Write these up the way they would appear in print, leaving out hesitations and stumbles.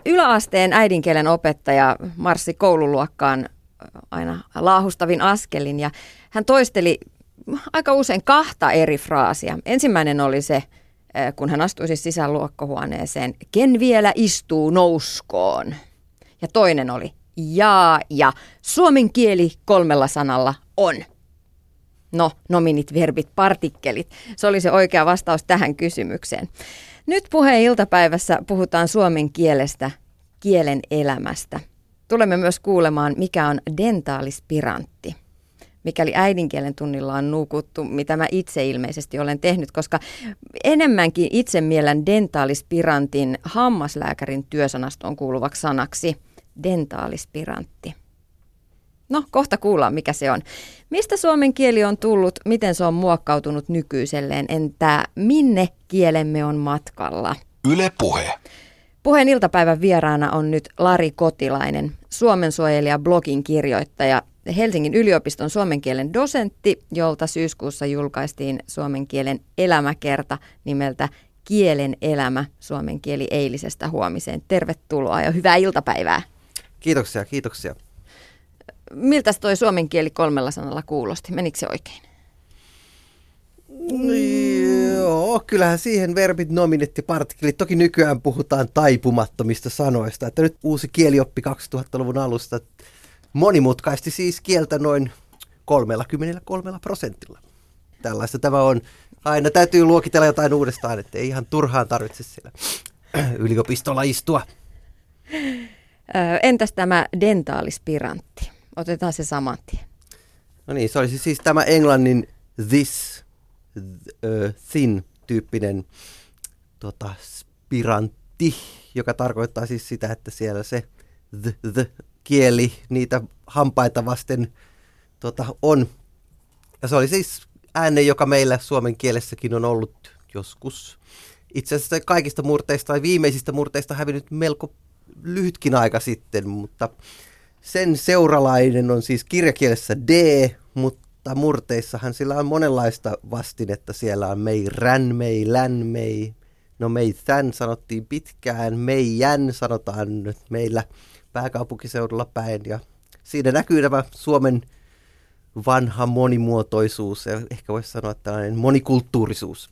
Yläasteen äidinkielen opettaja marssi koululuokkaan aina laahustavin askelin ja hän toisteli aika usein kahta eri fraasia. Ensimmäinen oli se, kun hän astui siis sisään luokkahuoneeseen, ken vielä istuu nouskoon. Ja toinen oli jaa ja suomen kieli 3 sanalla on. No, nominit, verbit, partikkelit. Se oli se oikea vastaus tähän kysymykseen. Nyt Puheen iltapäivässä puhutaan suomen kielestä, kielen elämästä. Tulemme myös kuulemaan, mikä on dentaalispirantti. Mikäli äidinkielen tunnilla on nukuttu, mitä mä itse ilmeisesti olen tehnyt, koska enemmänkin itse miellän dentaalispirantin hammaslääkärin työsanastoon kuuluvaksi sanaksi. Dentaalispirantti. No, kohta kuullaan, mikä se on. Mistä suomen kieli on tullut, miten se on muokkautunut nykyiselleen, entä minne kielemme on matkalla? Yle Puhe. Puheen iltapäivän vieraana on nyt Lari Kotilainen, Suomen suojelija blogin kirjoittaja, Helsingin yliopiston suomen kielen dosentti, jolta syyskuussa julkaistiin suomen kielen elämäkerta nimeltä Kielen elämä, suomen kieli eilisestä huomiseen. Tervetuloa ja hyvää iltapäivää. Kiitoksia, kiitoksia. Miltä toi suomen kieli 3 sanalla kuulosti? Menikö se oikein? Joo, kyllähän siihen verbit, nominit ja partikkelit. Toki nykyään puhutaan taipumattomista sanoista. Että nyt uusi kielioppi 2000-luvun alusta monimutkaisti siis kieltä noin 33%. Tällaista tämä on. Aina täytyy luokitella jotain uudestaan, että ei ihan turhaan tarvitse siellä yliopistolla istua. Entäs tämä dentaalispirantti? Otetaan se saman tien. No niin, se olisi siis tämä englannin this, thin tyyppinen spirantti, joka tarkoittaa siis sitä, että siellä se the kieli niitä hampaita vasten on. Ja se oli siis ääne, joka meillä suomen kielessäkin on ollut joskus. Itse asiassa kaikista murteista tai viimeisistä murteista hävinnyt melko lyhytkin aika sitten, mutta sen seuralainen on siis kirjakielessä D, mutta murteissahan sillä on monenlaista vastinetta. Siellä on mei, rän, mei, län, mei. No mei, tän sanottiin pitkään, meijän sanotaan nyt meillä pääkaupunkiseudulla päin. Ja siinä näkyy tämä Suomen vanha monimuotoisuus ja ehkä voisi sanoa tällainen monikulttuurisuus.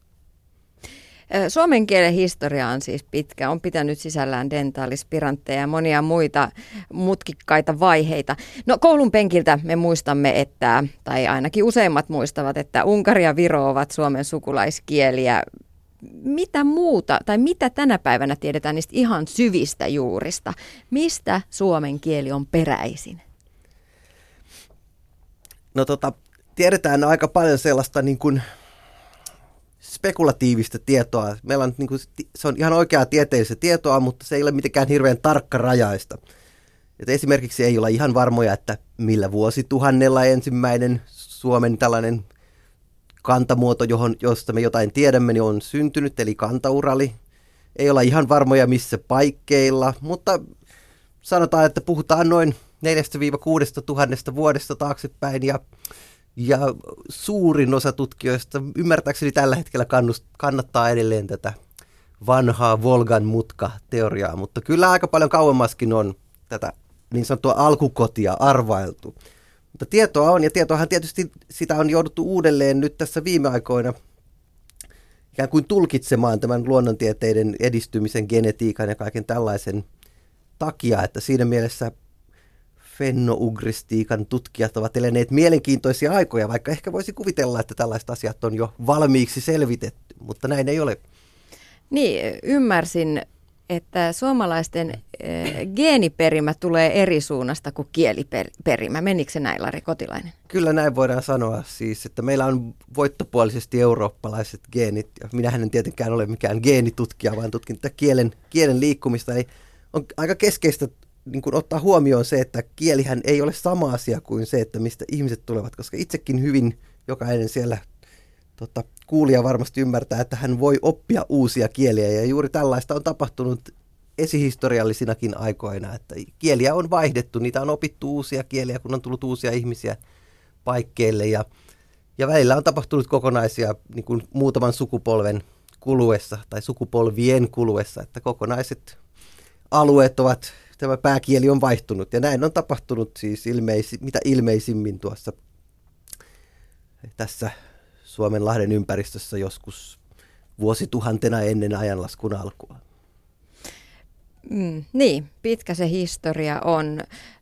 Suomen kielen historia on siis pitkä, on pitänyt sisällään dentaalispirantteja ja monia muita mutkikkaita vaiheita. No koulun penkiltä me muistamme, tai ainakin useimmat muistavat, että Unkari ja Viro ovat Suomen sukulaiskieliä. Mitä muuta, tai mitä tänä päivänä tiedetään niistä ihan syvistä juurista? Mistä suomen kieli on peräisin? No tiedetään aika paljon sellaista niin kuin spekulatiivista tietoa. Meillä on, niin kuin, se on ihan oikeaa tieteellistä tietoa, mutta se ei ole mitenkään hirveän tarkkarajaista. Et esimerkiksi ei olla ihan varmoja, että millä vuosituhannella ensimmäinen Suomen tällainen kantamuoto, josta me jotain tiedämme, niin on syntynyt, eli kantaurali. Ei olla ihan varmoja missä paikkeilla, mutta sanotaan, että puhutaan noin 4-6 tuhannesta vuodesta taaksepäin ja suurin osa tutkijoista ymmärtääkseni tällä hetkellä kannattaa edelleen tätä vanhaa Volgan mutka-teoriaa, mutta kyllä aika paljon kauemmaskin on tätä niin sanottua alkukotia arvailtu. Mutta tietoa on, ja tietoahan tietysti sitä on jouduttu uudelleen nyt tässä viime aikoina ikään kuin tulkitsemaan tämän luonnontieteiden edistymisen, genetiikan ja kaiken tällaisen takia, että siinä mielessä fennougristiikan tutkijat ovat eläneet mielenkiintoisia aikoja, vaikka ehkä voisi kuvitella, että tällaiset asiat on jo valmiiksi selvitetty, mutta näin ei ole. Niin, ymmärsin, että suomalaisten geeniperimä tulee eri suunnasta kuin kieliperimä. Menikö se näin, Lari Kotilainen? Kyllä näin voidaan sanoa siis, että meillä on voittopuolisesti eurooppalaiset geenit, ja minähän en tietenkään ole mikään geenitutkija, vaan tutkin tätä kielen liikkumista. Eli on aika keskeistä niin kuin ottaa huomioon se, että kielihän ei ole sama asia kuin se, että mistä ihmiset tulevat, koska itsekin hyvin jokainen siellä kuulija varmasti ymmärtää, että hän voi oppia uusia kieliä, ja juuri tällaista on tapahtunut esihistoriallisinakin aikoina, että kieliä on vaihdettu, niitä on opittu uusia kieliä, kun on tullut uusia ihmisiä paikkeille, ja välillä on tapahtunut kokonaisia niin kuin muutaman sukupolven kuluessa, tai sukupolvien kuluessa, että kokonaiset alueet ovat, tämä pääkieli on vaihtunut. Ja näin on tapahtunut siis mitä ilmeisimmin tuossa tässä Suomenlahden ympäristössä joskus vuosituhantena ennen ajanlaskun alkua. Niin, pitkä se historia on.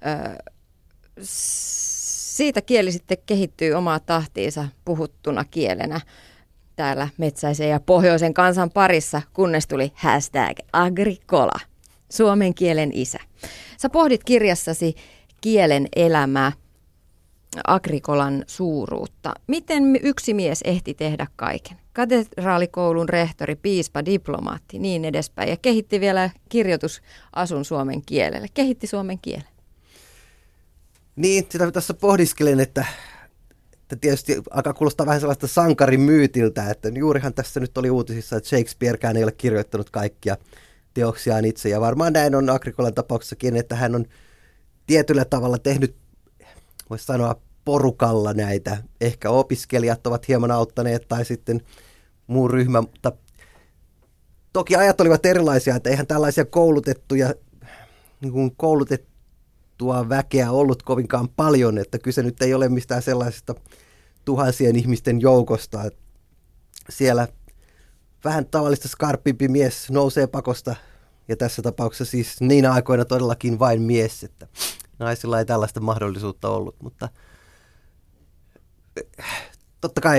Siitä kieli sitten kehittyy omaa tahtiinsa puhuttuna kielenä täällä metsäisen ja pohjoisen kansan parissa, kunnes tuli #Agricola, suomen kielen isä. Sä pohdit kirjassasi kielen elämää, Agricolan suuruutta. Miten yksi mies ehti tehdä kaiken? Katedraalikoulun rehtori, piispa, diplomaatti, niin edespäin. Ja kehitti vielä kirjoitusasun suomen kielelle. Kehitti suomen kielen. Niin, sitä tässä pohdiskelen, että tietysti alkaa kuulostaa vähän sellaista sankarimyytiltä, että juurihan tässä nyt oli uutisissa, että Shakespearekään ei ole kirjoittanut kaikkia teoksiaan itse. Ja varmaan näin on Agricolan tapauksessakin, että hän on tietyllä tavalla tehnyt, voisi sanoa, porukalla näitä. Ehkä opiskelijat ovat hieman auttaneet tai sitten muu ryhmä, mutta toki ajat olivat erilaisia, että eihän tällaisia koulutettua väkeä ollut kovinkaan paljon, että kyse nyt ei ole mistään sellaisesta tuhansien ihmisten joukosta. Että siellä vähän tavallista skarppimpi mies nousee pakosta, ja tässä tapauksessa siis niinä aikoina todellakin vain mies, että naisilla ei tällaista mahdollisuutta ollut, mutta totta kai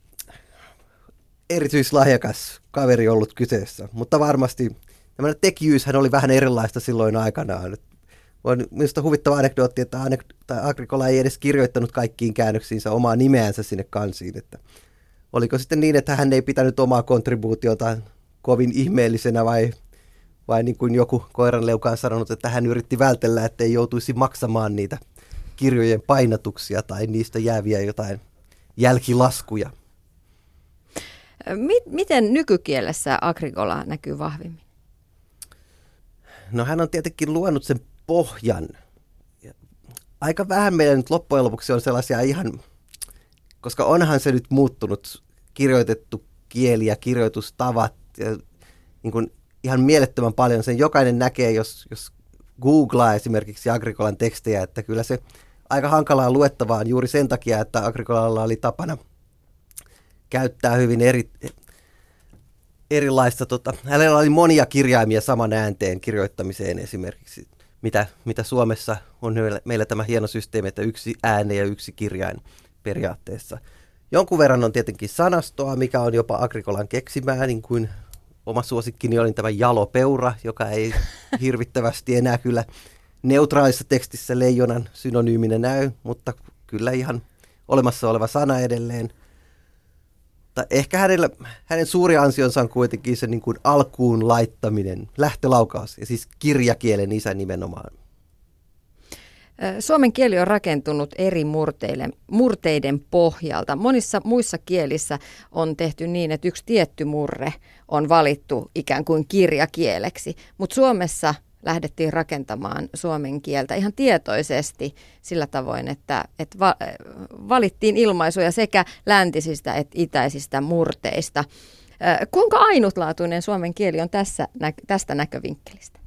erityislahjakas kaveri ollut kyseessä, mutta varmasti tämmöinen tekijyyshän oli vähän erilaista silloin aikanaan. On minusta huvittava anekdootti, että Agricola ei edes kirjoittanut kaikkiin käännöksiinsä omaa nimeänsä sinne kansiin. Että oliko sitten niin, että hän ei pitänyt omaa kontribuutiotaan kovin ihmeellisenä vai niin kuin joku koiranleuka on sanonut, että hän yritti vältellä, että ei joutuisi maksamaan niitä kirjojen painatuksia tai niistä jääviä jotain jälkilaskuja. Miten nykykielessä Agricola näkyy vahvimmin? No hän on tietenkin luonut sen pohjan. Aika vähän meillä nyt loppujen lopuksi on sellaisia ihan, koska onhan se nyt muuttunut kirjoitettu kieli ja kirjoitustavat ja niin kuin ihan mielettömän paljon. Sen jokainen näkee, jos googlaa esimerkiksi Agricolan tekstejä, että kyllä se aika hankalaa luettavaa on juuri sen takia, että Agricolalla oli tapana käyttää hyvin erilaista, hänellä oli monia kirjaimia saman äänteen kirjoittamiseen esimerkiksi, mitä Suomessa on meillä tämä hieno systeemi, että yksi ääne ja yksi kirjain periaatteessa. Jonkun verran on tietenkin sanastoa, mikä on jopa Agricolan keksimää, niin kuin oma suosikkini oli tämä jalopeura, joka ei hirvittävästi enää kyllä neutraalissa tekstissä leijonan synonyyminä näy, mutta kyllä ihan olemassa oleva sana edelleen. Ehkä hänen suuri ansionsa on kuitenkin se niin kuin alkuun laittaminen, lähtölaukaus, ja siis kirjakielen isä nimenomaan. Suomen kieli on rakentunut eri murteiden pohjalta. Monissa muissa kielissä on tehty niin, että yksi tietty murre on valittu ikään kuin kirjakieleksi, mutta Suomessa lähdettiin rakentamaan suomen kieltä ihan tietoisesti sillä tavoin, että valittiin ilmaisuja sekä läntisistä että itäisistä murteista. Kuinka ainutlaatuinen suomen kieli on tästä näkövinkkelistä?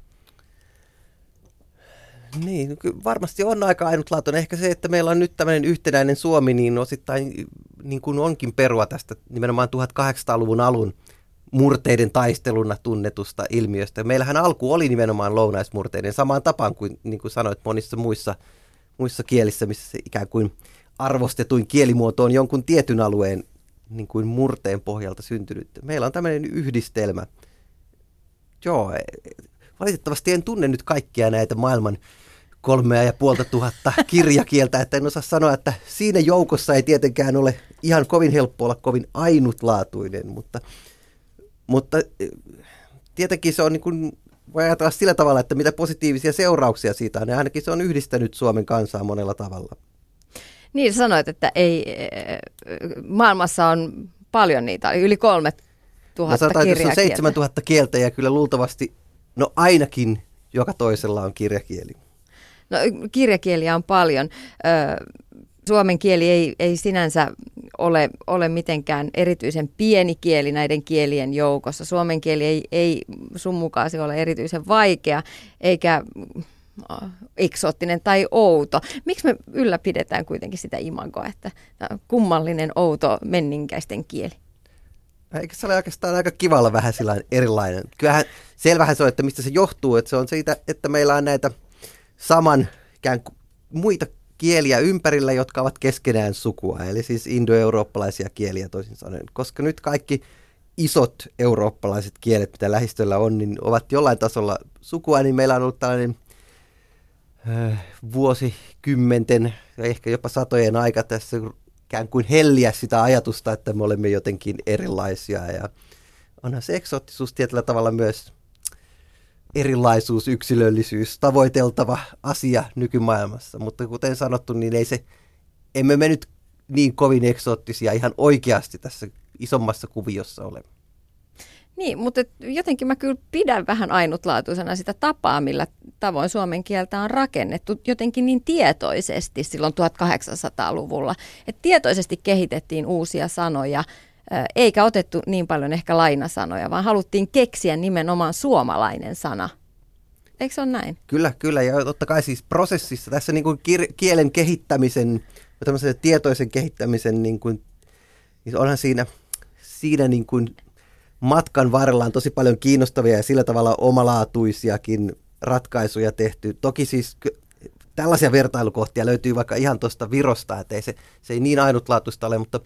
Niin, varmasti on aika ainutlaatuinen. Ehkä se, että meillä on nyt tämmöinen yhtenäinen Suomi, niin osittain niin kuin onkin perua tästä nimenomaan 1800-luvun alun murteiden taisteluna tunnetusta ilmiöstä. Meillähän alku oli nimenomaan lounaismurteiden samaan tapaan kuin, niin kuin sanoit, monissa muissa kielissä, missä se ikään kuin arvostetuin kielimuoto on jonkun tietyn alueen niin kuin murteen pohjalta syntynyt. Meillä on tämmöinen yhdistelmä. Joo, valitettavasti en tunne nyt kaikkia näitä maailman 3500 kirjakieltä, että en osaa sanoa, että siinä joukossa ei tietenkään ole ihan kovin helppo olla kovin ainutlaatuinen, mutta tietenkin se on niin kuin, voi ajatella sillä tavalla, että mitä positiivisia seurauksia siitä on, ja ainakin se on yhdistänyt Suomen kansaa monella tavalla. Niin sanoit, että maailmassa on paljon niitä, yli 3000 kirjakieltä. No 7000 kieltä ja kyllä luultavasti, no ainakin joka toisella on kirjakieli. No kirjakieliä on paljon. suomen kieli ei sinänsä ole mitenkään erityisen pieni kieli näiden kielien joukossa. Suomen kieli ei sun mukaasi ole erityisen vaikea eikä eksoottinen tai outo. Miksi me ylläpidetään kuitenkin sitä imagoa, että kummallinen, outo, menninkäisten kieli? Eikö se ole oikeastaan aika kivalla vähän sillain erilainen? Kyllähän selvähän se on, että mistä se johtuu, että se on siitä, että meillä on näitä saman ikään kuin muita kieliä ympärillä, jotka ovat keskenään sukua, eli siis indoeurooppalaisia kieliä toisin sanoen. Koska nyt kaikki isot eurooppalaiset kielet, mitä lähistöllä on, niin ovat jollain tasolla sukua, niin meillä on ollut tällainen vuosikymmenten ja ehkä jopa satojen aika tässä ikään kuin helliä sitä ajatusta, että me olemme jotenkin erilaisia. Ja onhan se eksoottisuus tietyllä tavalla myös erilaisuus, yksilöllisyys, tavoiteltava asia nykymaailmassa. Mutta kuten sanottu, niin emme me nyt niin kovin eksoottisia ihan oikeasti tässä isommassa kuviossa ole. Niin, mutta jotenkin mä kyllä pidän vähän ainutlaatuisena sitä tapaa, millä tavoin suomen kieltä on rakennettu jotenkin niin tietoisesti silloin 1800-luvulla. Että tietoisesti kehitettiin uusia sanoja, eikä otettu niin paljon ehkä lainasanoja, vaan haluttiin keksiä nimenomaan suomalainen sana. Eikö se ole näin? Kyllä. Ja totta kai siis prosessissa, tässä niin kuin kielen kehittämisen, tämmöisen tietoisen kehittämisen, niin onhan siinä niin kuin matkan varrella on tosi paljon kiinnostavia ja sillä tavalla omalaatuisiakin ratkaisuja tehty. Toki siis tällaisia vertailukohtia löytyy vaikka ihan tuosta Virosta, että se ei niin ainutlaatuista ole, mutta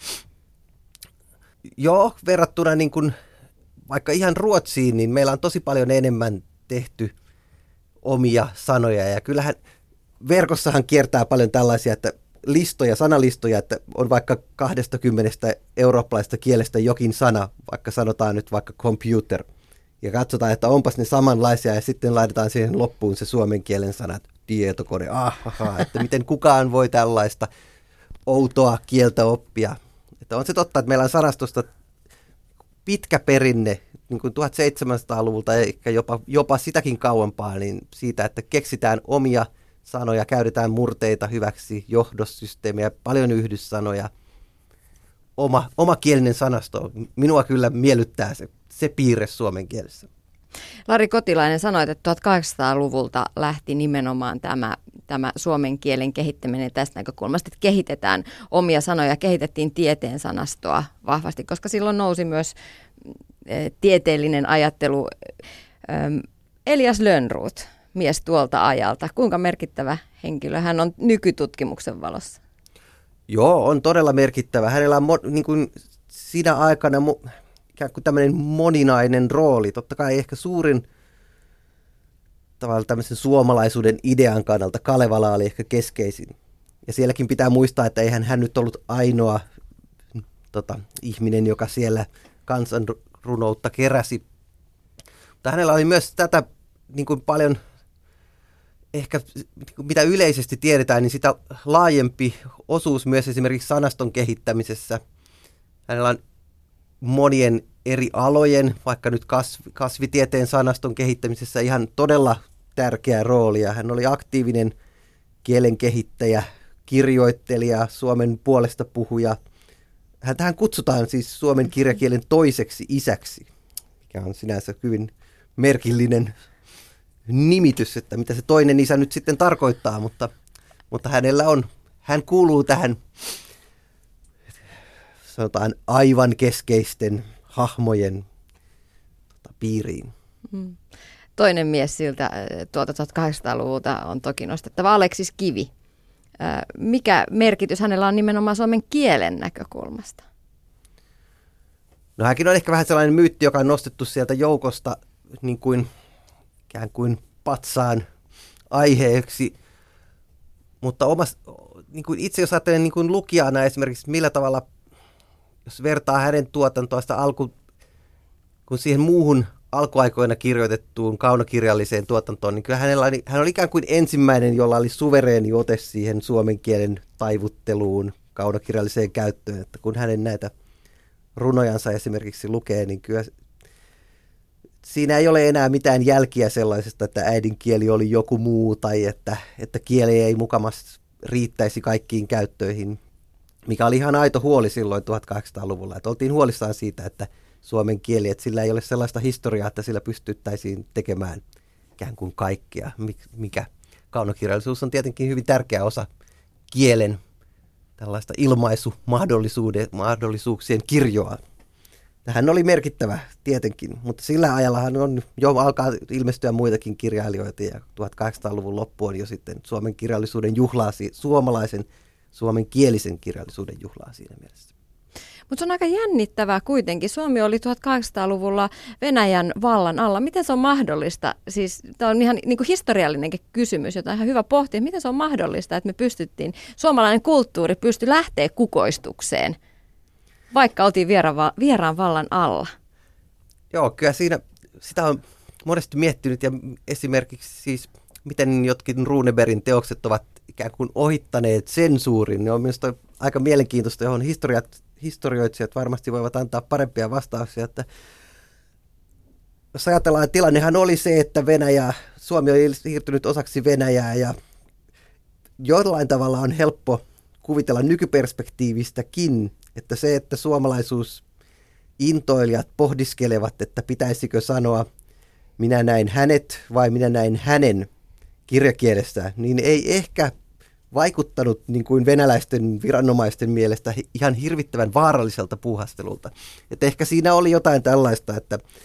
joo, verrattuna niin kuin vaikka ihan Ruotsiin, niin meillä on tosi paljon enemmän tehty omia sanoja. Ja kyllähän verkossahan kiertää paljon tällaisia, että sanalistoja, että on vaikka 20 eurooppalaisesta kielestä jokin sana, vaikka sanotaan nyt vaikka computer, ja katsotaan, että onpas ne samanlaisia, ja sitten laitetaan siihen loppuun se suomen kielen sana, tietokone, että miten kukaan voi tällaista outoa kieltä oppia. Että on se totta, että meillä on sanastosta pitkä perinne, niin kuin 1700-luvulta, eikä jopa sitäkin kauempaa, niin siitä, että keksitään omia sanoja, käytetään murteita hyväksi, johdossysteemiä, paljon yhdyssanoja, oma kielinen sanasto. Minua kyllä miellyttää se piirre suomen kielessä. Lari Kotilainen sanoi, että 1800-luvulta lähti nimenomaan tämä suomen kielen kehittäminen tästä näkökulmasta, että kehitetään omia sanoja, kehitettiin tieteen sanastoa vahvasti, koska silloin nousi myös tieteellinen ajattelu. Elias Lönnroth, mies tuolta ajalta, kuinka merkittävä henkilö hän on nykytutkimuksen valossa? Joo, on todella merkittävä. Hänellä on niin kuin siinä aikana ikään kuin tämmöinen moninainen rooli. Totta kai ehkä suurin tavallaan tämmöisen suomalaisuuden idean kannalta Kalevala oli ehkä keskeisin. Ja sielläkin pitää muistaa, että eihän hän nyt ollut ainoa ihminen, joka siellä kansanrunoutta keräsi. Mutta hänellä oli myös tätä niin kuin paljon, ehkä mitä yleisesti tiedetään, niin sitä laajempi osuus myös esimerkiksi sanaston kehittämisessä. Hänellä on monien eri alojen, vaikka nyt kasvitieteen sanaston kehittämisessä ihan todella tärkeä rooli. Ja hän oli aktiivinen kielen kehittäjä, kirjoittelija, suomen puolesta puhuja. Häntähän kutsutaan siis suomen kirjakielen toiseksi isäksi, mikä on sinänsä hyvin merkillinen nimitys, että mitä se toinen isä nyt sitten tarkoittaa, mutta hän kuuluu tähän, sanotaan, aivan keskeisten hahmojen piiriin. Toinen mies siltä 1800-luvulta on toki nostettava Aleksis Kivi. Mikä merkitys hänellä on nimenomaan suomen kielen näkökulmasta? No hänkin on ehkä vähän sellainen myytti, joka on nostettu sieltä joukosta niin kuin ikään kuin patsaan aiheeksi, mutta niin kuin itse jos ajattelen niin kuin lukijana esimerkiksi millä tavalla, jos vertaa hänen tuotantoista kun siihen muuhun alkuaikoina kirjoitettuun kaunokirjalliseen tuotantoon, niin kyllä hän oli ikään kuin ensimmäinen, jolla oli suvereeni ote siihen suomen kielen taivutteluun, kaunokirjalliseen käyttöön, että kun hänen näitä runojansa esimerkiksi lukee, niin kyllä siinä ei ole enää mitään jälkiä sellaisesta, että äidinkieli oli joku muu tai että kieli ei mukamas riittäisi kaikkiin käyttöihin, mikä oli ihan aito huoli silloin 1800-luvulla. Että oltiin huolissaan siitä, että suomen kieli, että sillä ei ole sellaista historiaa, että sillä pystyttäisiin tekemään ikään kuin kaikkea, mikä kaunokirjallisuus on tietenkin hyvin tärkeä osa kielen tällaista ilmaisumahdollisuuksien kirjoa. Tähän oli merkittävä tietenkin, mutta sillä ajallahan on jo alkaa ilmestyä muitakin kirjailijoita ja 1800-luvun loppu on jo sitten suomen kirjallisuuden juhlaa, suomalaisen suomenkielisen kirjallisuuden juhlaa siinä mielessä. Mutta se on aika jännittävää kuitenkin. Suomi oli 1800-luvulla Venäjän vallan alla. Miten se on mahdollista? Siis tämä on ihan niin kuin historiallinenkin kysymys, jota on ihan hyvä pohtia. Miten se on mahdollista, että me pystyttiin, suomalainen kulttuuri pystyi lähteä kukoistukseen, vaikka oltiin vieraan vallan alla? Joo, kyllä sitä on monesti miettinyt ja esimerkiksi siis, miten jotkin Runebergin teokset ovat ikään kuin ohittaneet sensuurin. Ne on minusta aika mielenkiintoista, johon historioitsijat varmasti voivat antaa parempia vastauksia. Että jos ajatellaan, että tilannehan oli se, että Suomi oli siirtynyt osaksi Venäjää ja jollain tavalla on helppo kuvitella nykyperspektiivistäkin, että se, että suomalaisuusintoilijat pohdiskelevat, että pitäisikö sanoa minä näin hänet vai minä näin hänen kirjakielessä, niin ei ehkä vaikuttanut niin kuin venäläisten viranomaisten mielestä ihan hirvittävän vaaralliselta puuhastelulta. Että ehkä siinä oli jotain tällaista,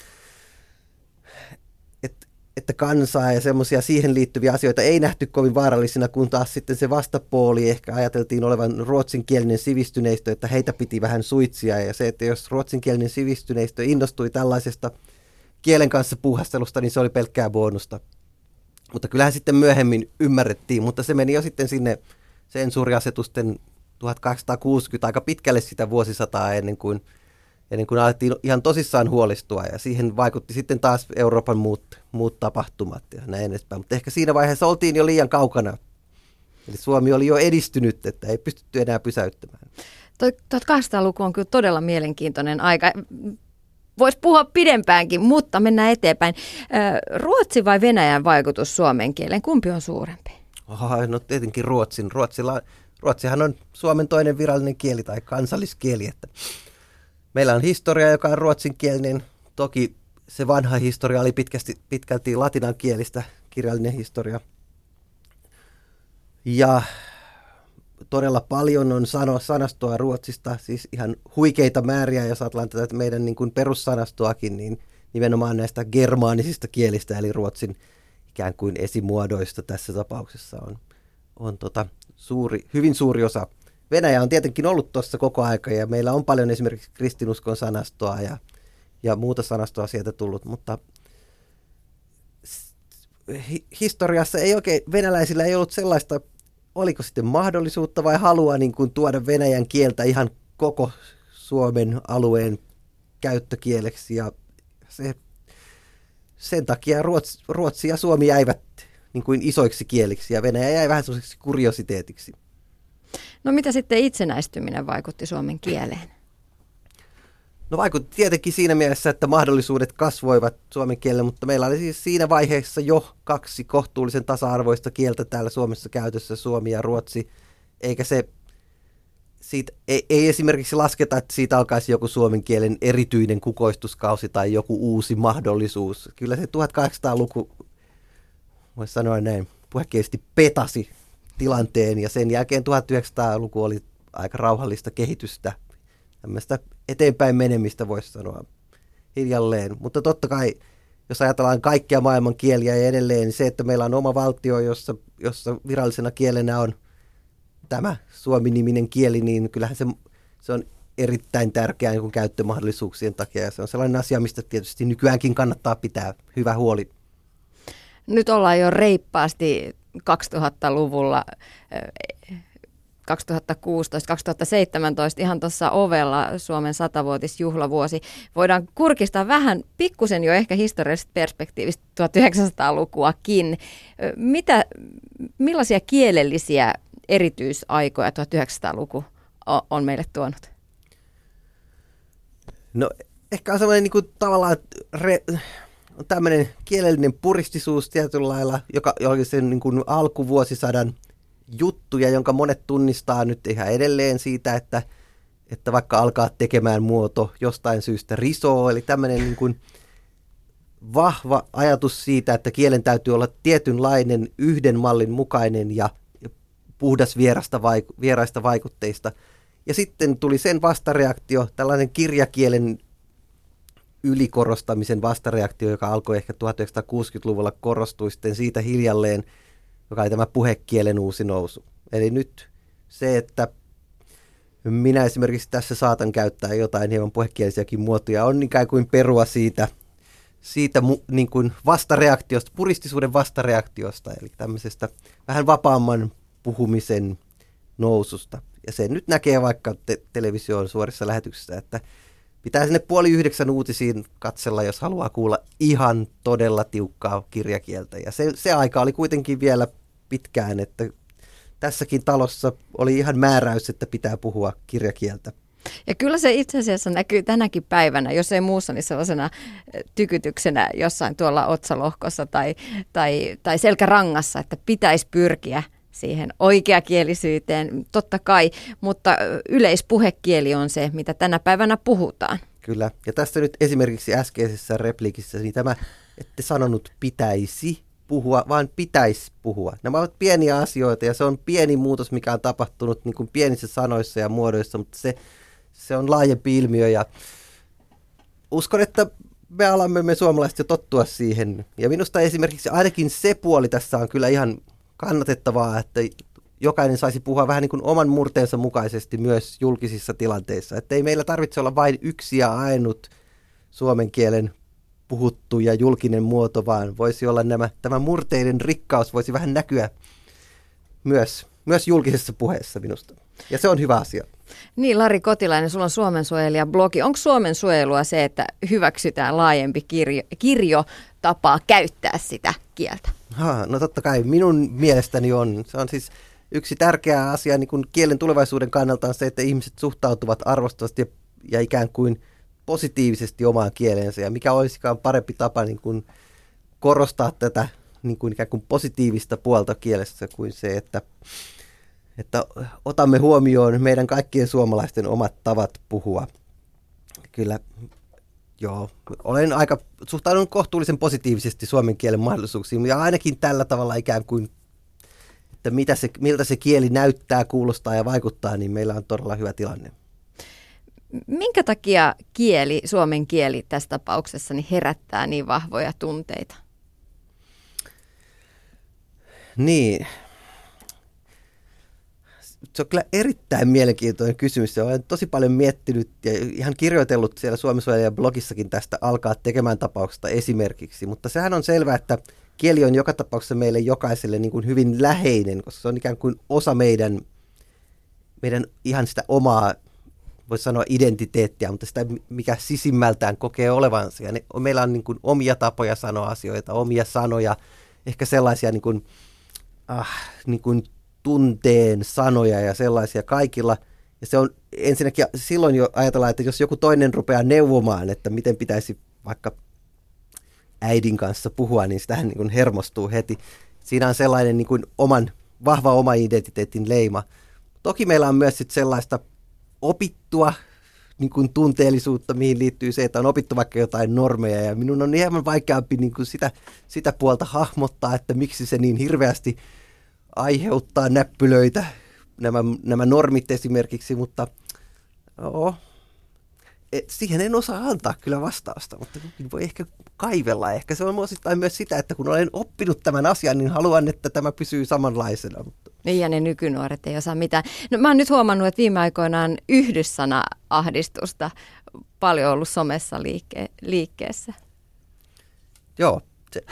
että kansaa ja semmoisia siihen liittyviä asioita ei nähty kovin vaarallisina, kun taas sitten se vastapuoli ehkä ajateltiin olevan ruotsinkielinen sivistyneistö, että heitä piti vähän suitsia. Ja se, että jos ruotsinkielinen sivistyneistö innostui tällaisesta kielen kanssa puuhastelusta, niin se oli pelkkää bonusta. Mutta kyllähän sitten myöhemmin ymmärrettiin, mutta se meni jo sitten sinne sensuuriasetusten 1860 aika pitkälle sitä vuosisataa ennen kuin alettiin ihan tosissaan huolestua. Ja siihen vaikutti sitten taas Euroopan muut tapahtumat ja näin edespäin. Mutta ehkä siinä vaiheessa oltiin jo liian kaukana. Eli Suomi oli jo edistynyt, että ei pystytty enää pysäyttämään. 1800-luku on kyllä todella mielenkiintoinen aika. Voisi puhua pidempäänkin, mutta mennään eteenpäin. Ruotsi vai Venäjän vaikutus suomen kieleen? Kumpi on suurempi? No tietenkin Ruotsin. Ruotsihan on Suomen toinen virallinen kieli tai kansalliskieli. Että meillä on historia, joka on ruotsinkielinen. Toki se vanha historia oli pitkälti latinankielistä kirjallinen historia. Ja todella paljon on sanastoa Ruotsista, siis ihan huikeita määriä, jos ajatellaan tätä meidän niin kuin perussanastoakin, niin nimenomaan näistä germaanisista kielistä, eli ruotsin ikään kuin esimuodoista tässä tapauksessa on hyvin suuri osa. Venäjä on tietenkin ollut tuossa koko aika, ja meillä on paljon esimerkiksi kristinuskon sanastoa ja muuta sanastoa sieltä tullut, mutta historiassa ei oikein, venäläisillä ei ollut sellaista, oliko sitten mahdollisuutta vai halua niin kuin tuoda venäjän kieltä ihan koko Suomen alueen käyttökieleksi, ja sen takia Ruotsi ja Suomi jäivät niin kuin isoiksi kieliksi, ja Venäjä jäi vähän sellaiseksi kuriositeetiksi. No mitä sitten itsenäistyminen vaikutti suomen kieleen? No vaikutti tietenkin siinä mielessä, että mahdollisuudet kasvoivat suomen kielelle, mutta meillä oli siis siinä vaiheessa jo 2 kohtuullisen tasa-arvoista kieltä täällä Suomessa käytössä, suomi ja ruotsi, eikä siitä ei esimerkiksi lasketa, että siitä alkaisi joku suomen kielen erityinen kukoistuskausi tai joku uusi mahdollisuus. Kyllä se 1800-luku, voisi sanoa näin, puhekielisesti petasi tilanteen, ja sen jälkeen 1900-luku oli aika rauhallista kehitystä, tämmöistä eteenpäin menemistä voisi sanoa hiljalleen. Mutta totta kai, jos ajatellaan kaikkia maailman kieliä ja edelleen, niin se, että meillä on oma valtio, jossa virallisena kielenä on tämä suomi-niminen kieli, niin kyllähän se on erittäin tärkeää niin kuin käyttömahdollisuuksien takia. Ja se on sellainen asia, mistä tietysti nykyäänkin kannattaa pitää hyvä huoli. Nyt ollaan jo reippaasti 2000-luvulla, 2016-2017 ihan tuossa ovella Suomen 100-vuotisjuhlavuosi. Voidaan kurkistaa vähän pikkusen jo ehkä historiallisesta perspektiivistä 1900-lukuakin. Millaisia kielellisiä erityisaikoja 1900-luku on meille tuonut? No ehkä on sellainen niin kuin tavallaan on tämmöinen kielellinen puristisuus tietyllä lailla, joka oli sen niin kuin alkuvuosisadan juttuja, jonka monet tunnistaa nyt ihan edelleen siitä, että vaikka alkaa tekemään muoto jostain syystä risoo, eli tämmöinen niin kuin vahva ajatus siitä, että kielen täytyy olla tietynlainen yhden mallin mukainen ja puhdas vieraista vaikutteista. Ja sitten tuli sen vastareaktio, tällainen kirjakielen ylikorostamisen vastareaktio, joka alkoi ehkä 1960-luvulla, korostui sitten siitä hiljalleen, joka oli tämä puhekielen uusi nousu. Eli nyt se, että minä esimerkiksi tässä saatan käyttää jotain hieman puhekielisiäkin muotoja, on ikään kuin perua siitä niin kuin vastareaktiosta, puristisuuden vastareaktiosta, eli tämmöisestä vähän vapaamman puhumisen noususta. Ja se nyt näkee vaikka televisioon suorissa lähetyksissä, että pitää sinne 8:30 uutisiin katsella, jos haluaa kuulla ihan todella tiukkaa kirjakieltä. Ja se aika oli kuitenkin vielä pitkään, että tässäkin talossa oli ihan määräys, että pitää puhua kirjakieltä. Ja kyllä se itse asiassa näkyy tänäkin päivänä, jos ei muussa, niin sellaisena tykytyksenä jossain tuolla otsalohkossa tai selkärangassa, että pitäisi pyrkiä siihen oikeakielisyyteen, totta kai, mutta yleispuhekieli on se, mitä tänä päivänä puhutaan. Kyllä, ja tässä nyt esimerkiksi äskeisessä repliikissä, niin tämä, ette sanonut pitäisi puhua, vaan pitäisi puhua. Nämä ovat pieniä asioita ja se on pieni muutos, mikä on tapahtunut niin kuin pienissä sanoissa ja muodoissa, mutta se on laajempi ilmiö ja uskon, että me suomalaiset jo tottua siihen. Ja minusta esimerkiksi ainakin se puoli tässä on kyllä ihan kannatettavaa, että jokainen saisi puhua vähän niin kuin oman murteensa mukaisesti myös julkisissa tilanteissa. Että ei meillä tarvitse olla vain yksi ja ainut suomen kielen puhuttu ja julkinen muoto, vaan voisi olla tämä murteiden rikkaus voisi vähän näkyä myös julkisessa puheessa minusta. Ja se on hyvä asia. Niin, Lari Kotilainen, sulla on Suomen suojelija-blogi. Onko Suomen suojelua se, että hyväksytään laajempi kirjotapaa käyttää sitä kieltä? No totta kai, minun mielestäni on. Se on siis yksi tärkeä asia niin kuin kielen tulevaisuuden kannalta on se, että ihmiset suhtautuvat arvostavasti ja ikään kuin positiivisesti omaan kieleensä. Ja mikä olisikaan parempi tapa niin kuin korostaa tätä niin kuin ikään kuin positiivista puolta kielessä kuin se, että otamme huomioon meidän kaikkien suomalaisten omat tavat puhua. Kyllä, joo, suhtaudun kohtuullisen positiivisesti suomen kielen mahdollisuuksiin, ja ainakin tällä tavalla ikään kuin, että miltä se kieli näyttää, kuulostaa ja vaikuttaa, niin meillä on todella hyvä tilanne. Minkä takia suomen kieli tässä tapauksessa niin herättää niin vahvoja tunteita? Niin. Se on kyllä erittäin mielenkiintoinen kysymys. Olen tosi paljon miettinyt ja ihan kirjoitellut siellä Suomen suojelija blogissakin tästä alkaa tekemään tapauksesta esimerkiksi. Mutta sehän on selvää, että kieli on joka tapauksessa meille jokaiselle niin kuin hyvin läheinen, koska se on ikään kuin osa meidän ihan sitä omaa, voisi sanoa identiteettiä, mutta sitä, mikä sisimmältään kokee olevansa. Ja meillä on niin kuin omia tapoja sanoa asioita, omia sanoja, ehkä sellaisia niin kuin tunteen sanoja ja sellaisia kaikilla. Ja se on ensinnäkin silloin jo ajatellaan, että jos joku toinen rupeaa neuvomaan, että miten pitäisi vaikka äidin kanssa puhua, niin sitähän niin kuin hermostuu heti. Siinä on sellainen niin kuin vahva oma identiteetin leima. Toki meillä on myös sit sellaista opittua niin kuin tunteellisuutta, mihin liittyy se, että on opittu vaikka jotain normeja. Ja minun on hieman vaikeampi niin kuin sitä puolta hahmottaa, että miksi se niin hirveästi aiheuttaa näppylöitä, nämä normit esimerkiksi, mutta siihen en osaa antaa kyllä vastausta, mutta voi ehkä kaivella. Ehkä se on osittain myös sitä, että kun olen oppinut tämän asian, niin haluan, että tämä pysyy samanlaisena. Niin ja ne nykynuoret ei osaa mitään. No mä oon nyt huomannut, että viime aikoina on yhdyssana-ahdistusta paljon ollut somessa liikkeessä. Joo,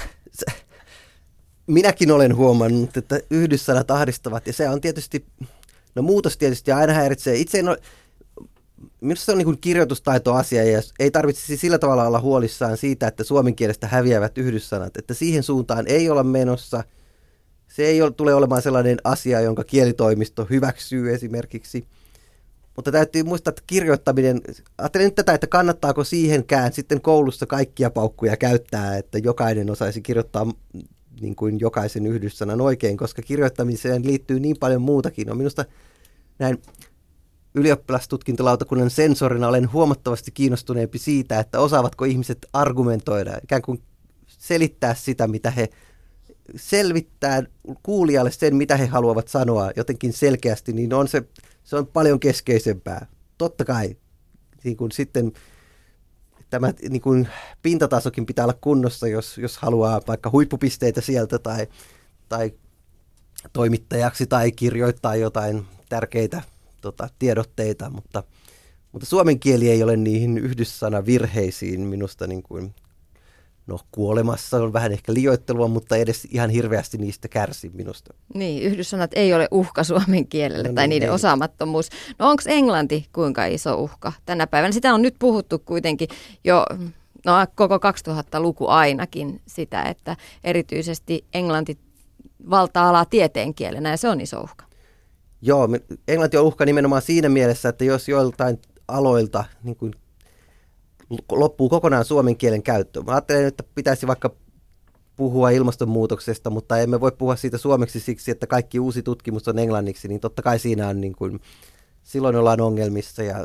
minäkin olen huomannut, että yhdyssanat ahdistavat, ja se on tietysti, muutos tietysti aina häiritsee. Minusta se on niin kuin kirjoitustaitoasia, ja ei tarvitsisi sillä tavalla olla huolissaan siitä, että suomen kielestä häviävät yhdyssanat, että siihen suuntaan ei olla menossa. Se ei tule olemaan sellainen asia, jonka kielitoimisto hyväksyy esimerkiksi. Mutta täytyy muistaa, että kirjoittaminen, ajattelen nyt tätä, että kannattaako siihenkään sitten koulussa kaikkia paukkuja käyttää, että jokainen osaisi kirjoittaa niin kuin jokaisen yhdyssanan oikein, koska kirjoittamiseen liittyy niin paljon muutakin. No minusta näin ylioppilastutkintolautakunnan sensorina olen huomattavasti kiinnostuneempi siitä, että osaavatko ihmiset argumentoida, ikään kuin selittää sitä, mitä he selvittää kuulijalle sen, mitä he haluavat sanoa jotenkin selkeästi, niin se on paljon keskeisempää. Totta kai niin kuin sitten tämä niin kuin pintatasokin pitää olla kunnossa, jos haluaa vaikka huippupisteitä sieltä tai toimittajaksi tai kirjoittaa jotain tärkeitä tiedotteita, mutta suomen kieli ei ole niihin yhdyssanavirheisiin minusta niin kuin, no kuolemassa on vähän ehkä liioittelua, mutta edes ihan hirveästi niistä kärsi minusta. Niin, yhdyssanat ei ole uhka suomen kielelle tai niiden osaamattomuus. No onko englanti kuinka iso uhka tänä päivänä? Sitä on nyt puhuttu kuitenkin jo koko 2000-luku ainakin sitä, että erityisesti englanti valtaa alaa tieteenkielenä ja se on iso uhka. Joo, englanti on uhka nimenomaan siinä mielessä, että jos joiltain aloilta niin kuin loppuu kokonaan suomen kielen käyttö. Mä ajattelen, että pitäisi vaikka puhua ilmastonmuutoksesta, mutta emme voi puhua siitä suomeksi siksi, että kaikki uusi tutkimus on englanniksi, niin totta kai siinä on niin kuin, silloin ollaan ongelmissa. Ja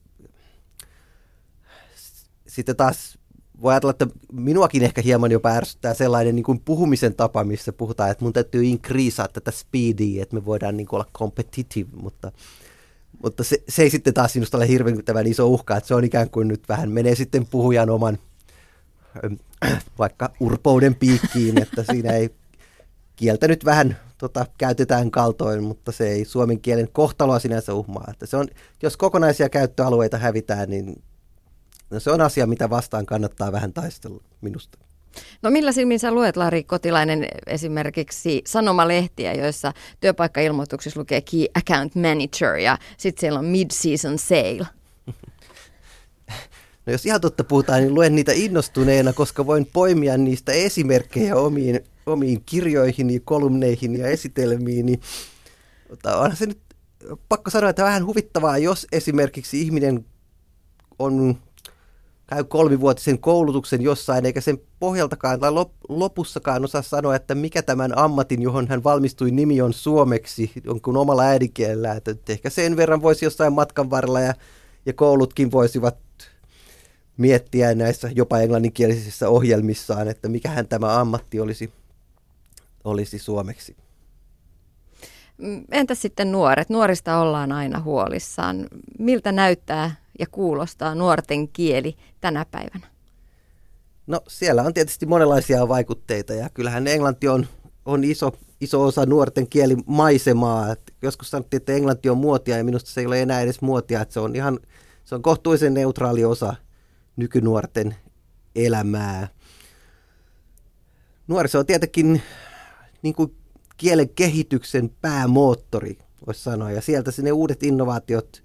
sitten taas voi ajatella, että minuakin ehkä hieman jopa ärsyttää sellainen niin kuin puhumisen tapa, missä puhutaan, että mun täytyy increasea tätä speedia, että me voidaan niin kuin olla competitive, mutta se ei sitten taas sinusta ole hirvittävän iso uhka, että se on ikään kuin nyt vähän menee sitten puhujan oman vaikka urpouden piikkiin, että siinä ei kieltä nyt vähän käytetään kaltoin, mutta se ei suomen kielen kohtaloa sinänsä uhmaa. Että se on, jos kokonaisia käyttöalueita hävitään, niin no se on asia, mitä vastaan kannattaa vähän taistella minusta. No millä silmin sä luet, Lari Kotilainen, esimerkiksi sanomalehtiä, joissa työpaikkailmoituksissa lukee Key Account Manager ja sitten siellä on Mid-Season Sale? No jos ihan totta puhutaan, niin luen niitä innostuneena, koska voin poimia niistä esimerkkejä omiin kirjoihin, kolumneihin ja esitelmiin. Onhan se nyt pakko sanoa, että vähän huvittavaa, jos esimerkiksi ihminen käy 3-vuotisen koulutuksen jossain, eikä sen pohjaltakaan tai lopussakaan osaa sanoa, että mikä tämän ammatin, johon hän valmistui, nimi on suomeksi, jonkun omalla äidinkielellä. Että ehkä sen verran voisi jossain matkan varrella ja koulutkin voisivat miettiä näissä jopa englanninkielisissä ohjelmissaan, että mikähän tämä ammatti olisi suomeksi. Entäs sitten nuoret? Nuorista ollaan aina huolissaan. Miltä näyttää ja kuulostaa nuorten kieli tänä päivänä? No siellä on tietysti monenlaisia vaikutteita ja kyllähän englanti on iso osa nuorten kielimaisemaa. Et joskus sanottiin, että englanti on muotia ja minusta se ei ole enää edes muotia. Että se on kohtuullisen neutraali osa nykynuorten elämää. Nuoriso on tietenkin niin kuin kielen kehityksen päämoottori, voisi sanoa, ja sieltä ne uudet innovaatiot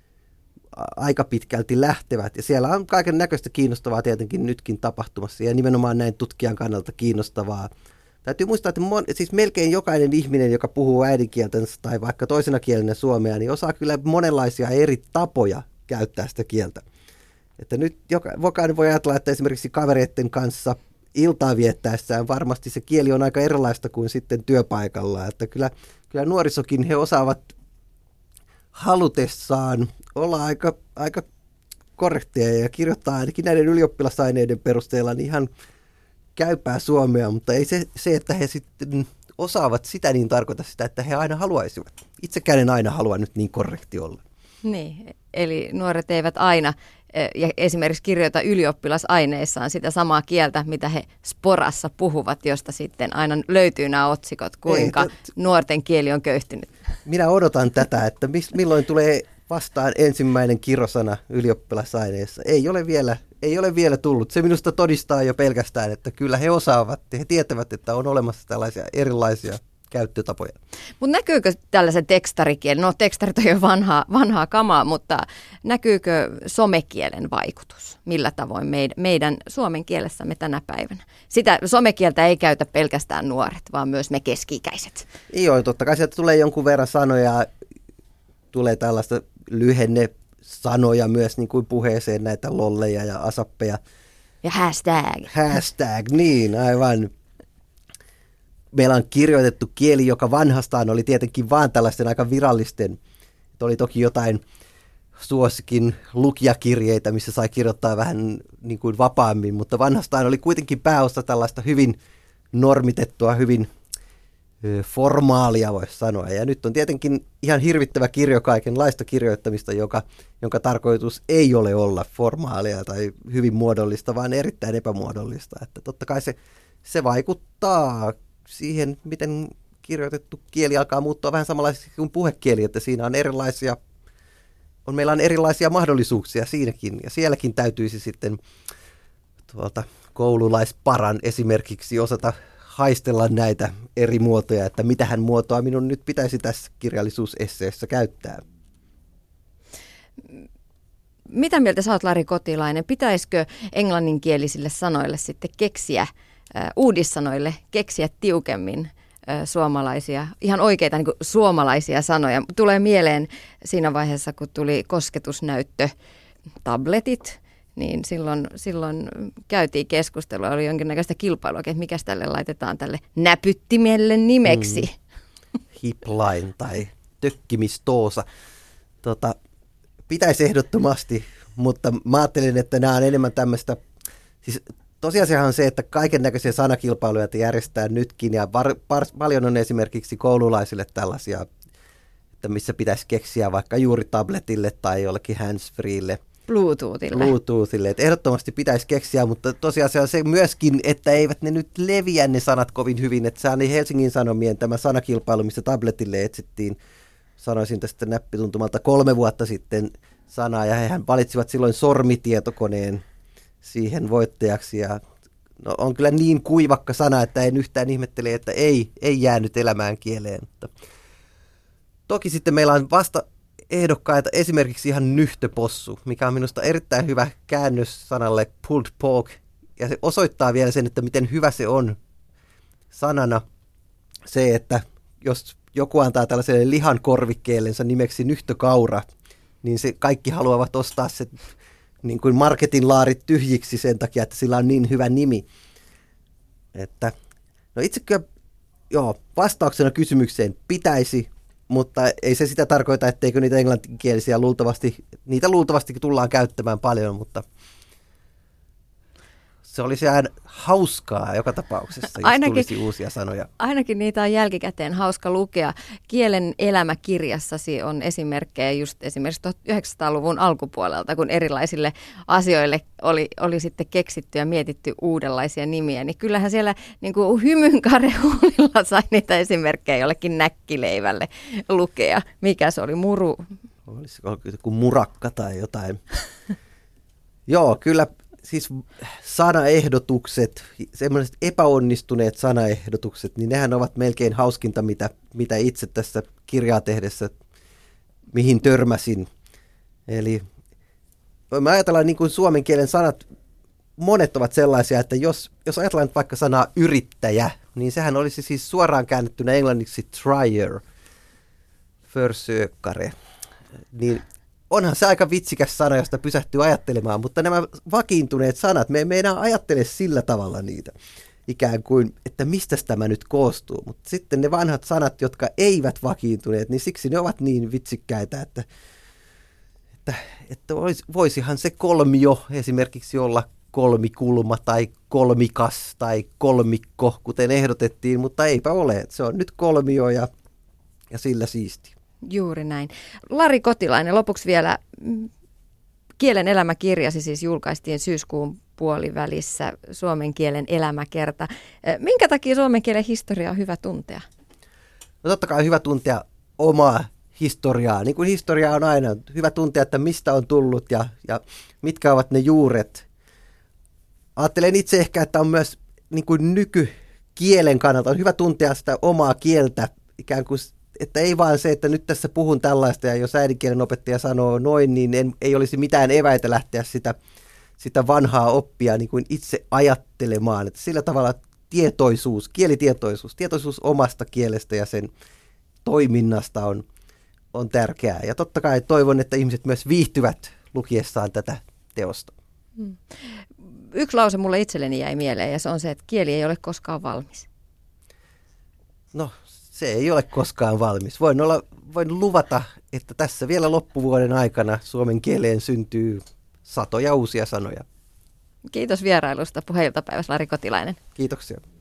aika pitkälti lähtevät. Ja siellä on kaiken näköistä kiinnostavaa tietenkin nytkin tapahtumassa, ja nimenomaan näin tutkijan kannalta kiinnostavaa. Täytyy muistaa, että siis melkein jokainen ihminen, joka puhuu äidinkieltänsä tai vaikka toisena kielenä suomea, niin osaa kyllä monenlaisia eri tapoja käyttää sitä kieltä. Että nyt jokainen voi ajatella, että esimerkiksi kavereiden kanssa iltaa viettäessään varmasti se kieli on aika erilaista kuin sitten työpaikalla. Että kyllä nuorisokin he osaavat halutessaan olla aika korrekteja ja kirjoittaa ainakin näiden ylioppilasaineiden perusteella niin ihan käypää suomea, mutta ei se, että he sitten osaavat sitä, niin tarkoita sitä, että he aina haluaisivat. Itsekään en aina halua nyt niin korrekti olla. Niin, eli nuoret eivät aina ja esimerkiksi kirjoita ylioppilasaineissaan sitä samaa kieltä, mitä he sporassa puhuvat, josta sitten aina löytyy nämä otsikot, kuinka nuorten kieli on köyhtynyt. Minä odotan tätä, että milloin tulee vastaan ensimmäinen kirosana ylioppilasaineissa. Ei ole vielä tullut. Se minusta todistaa jo pelkästään, että kyllä he osaavat, he tietävät, että on olemassa tällaisia erilaisia käyttötapoja. Mutta näkyykö tällaisen tekstarikielen, no tekstarit on jo vanhaa kamaa, mutta näkyykö somekielen vaikutus? Millä tavoin meidän suomen kielessämme tänä päivänä? Sitä somekieltä ei käytä pelkästään nuoret, vaan myös me keski-ikäiset. Joo, totta kai sieltä tulee jonkun verran sanoja, tulee tällaista lyhenne-sanoja myös niin kuin puheeseen, näitä lolleja ja asappeja. Ja hashtag. Hashtag, niin aivan. meillä on kirjoitettu kieli, joka vanhastaan oli tietenkin vaan tällaisten aika virallisten. Oli toki jotain suosikin lukijakirjeitä, missä sai kirjoittaa vähän niin kuin vapaammin, mutta vanhastaan oli kuitenkin pääosa tällaista hyvin normitettua, hyvin formaalia voisi sanoa. Ja nyt on tietenkin ihan hirvittävä kirjo kaikenlaista kirjoittamista, jonka tarkoitus ei ole olla formaalia tai hyvin muodollista, vaan erittäin epämuodollista. Että totta kai se vaikuttaa siihen, miten kirjoitettu kieli alkaa muuttua vähän samanlaisesti kuin puhekieli, että siinä on meillä on erilaisia mahdollisuuksia siinäkin, ja sielläkin täytyisi sitten koululaisparan esimerkiksi osata haistella näitä eri muotoja, että mitähän muotoa minun nyt pitäisi tässä kirjallisuusesseessä käyttää. Mitä mieltä sä oot, Lari Kotilainen? Pitäisikö englanninkielisille sanoille sitten uudissanoille keksiä tiukemmin suomalaisia, ihan oikeita niin kuin suomalaisia sanoja? Tulee mieleen siinä vaiheessa, kun tuli kosketusnäyttö, tabletit, niin silloin käytiin keskustelua, oli jonkinnäköistä kilpailua, että mikäs tälle laitetaan tälle näpyttimelle nimeksi. Hipline tai tökkimistoosa. Pitäisi ehdottomasti, mutta mä ajattelen, että nämä on enemmän tämmöistä, siis tosiasiahan on se, että kaiken näköisiä sanakilpailuja järjestetään nytkin, ja paljon on esimerkiksi koululaisille tällaisia, että missä pitäisi keksiä vaikka juuri tabletille tai jollekin handsfreelle. Bluetoothille. Että ehdottomasti pitäisi keksiä, mutta tosiasia on se myöskin, että eivät ne nyt leviä ne sanat kovin hyvin. Että se oli Helsingin Sanomien tämä sanakilpailu, missä tabletille etsittiin, sanoisin tästä näppituntumalta 3 vuotta sitten sanaa, ja hehän valitsivat silloin sormitietokoneen siihen voittajaksi. Ja no, on kyllä niin kuivakka sana, että en yhtään ihmettele, että ei jäänyt elämään kieleen. Toki sitten meillä on vasta ehdokkaita, esimerkiksi ihan nyhtöpossu, mikä on minusta erittäin hyvä käännös sanalle pulled pork, ja se osoittaa vielä sen, että miten hyvä se on sanana se, että jos joku antaa tällaiselle lihan korvikkeellensa nimeksi nyhtökaura, niin se kaikki haluavat ostaa se niin kuin marketin laarit tyhjiksi sen takia, että sillä on niin hyvä nimi. Että, no itse kyllä, vastauksena kysymykseen pitäisi, mutta ei se sitä tarkoita, etteikö niitä englanninkielisiä luultavasti tullaan käyttämään paljon, mutta se olisi aina hauskaa joka tapauksessa, jos tulisi uusia sanoja. Ainakin niitä on jälkikäteen hauska lukea. Kielen elämäkirjassasi on esimerkkejä just esimerkiksi 1900-luvun alkupuolelta, kun erilaisille asioille oli sitten keksitty ja mietitty uudenlaisia nimiä. Niin kyllähän siellä niin kuin hymynkarehuulilla sai niitä esimerkkejä jollekin näkkileivälle lukea. Mikä se oli? Olisiko joku murakka tai jotain? Joo, kyllä. Siis sanaehdotukset, semmoiset epäonnistuneet sanaehdotukset, niin nehän ovat melkein hauskinta, mitä itse tässä kirjaa tehdessä, mihin törmäsin. Eli me ajatellaan niin kuin suomen kielen sanat, monet ovat sellaisia, että jos ajatellaan vaikka sanaa yrittäjä, niin sehän olisi siis suoraan käännettynä englanniksi trier, försökare, niin onhan se aika vitsikäs sana, josta pysähtyy ajattelemaan, mutta nämä vakiintuneet sanat, me ei enää ajattele sillä tavalla niitä, ikään kuin, että mistä tämä nyt koostuu. Mutta sitten ne vanhat sanat, jotka eivät vakiintuneet, niin siksi ne ovat niin vitsikkäitä, että voisihan se kolmio esimerkiksi olla kolmikulma tai kolmikas tai kolmikko, kuten ehdotettiin, mutta eipä ole. Se on nyt kolmio ja sillä siisti. Juuri näin. Lari Kotilainen, lopuksi vielä Kielen elämäkirjasi siis julkaistiin syyskuun puolivälissä, suomen kielen elämäkerta. Minkä takia suomen kielen historia on hyvä tuntea? No totta kai on hyvä tuntea omaa historiaa. Niin kuin historia on aina hyvä tuntea, että mistä on tullut ja mitkä ovat ne juuret. Ajattelen itse ehkä, että on myös niin kuin nykykielen kannalta on hyvä tuntea sitä omaa kieltä ikään kuin, että ei vaan se, että nyt tässä puhun tällaista ja jos äidinkielen opettaja sanoo noin, niin ei olisi mitään eväitä lähteä sitä vanhaa oppia niin kuin itse ajattelemaan. Että sillä tavalla tietoisuus omasta kielestä ja sen toiminnasta on tärkeää. Ja totta kai toivon, että ihmiset myös viihtyvät lukiessaan tätä teosta. Yksi lause mulle itselleni jäi mieleen ja se on se, että kieli ei ole koskaan valmis. No, se ei ole koskaan valmis. Voin luvata, että tässä vielä loppuvuoden aikana suomen kieleen syntyy satoja uusia sanoja. Kiitos vierailusta puheiltapäivässä, Lari Kotilainen. Kiitoksia.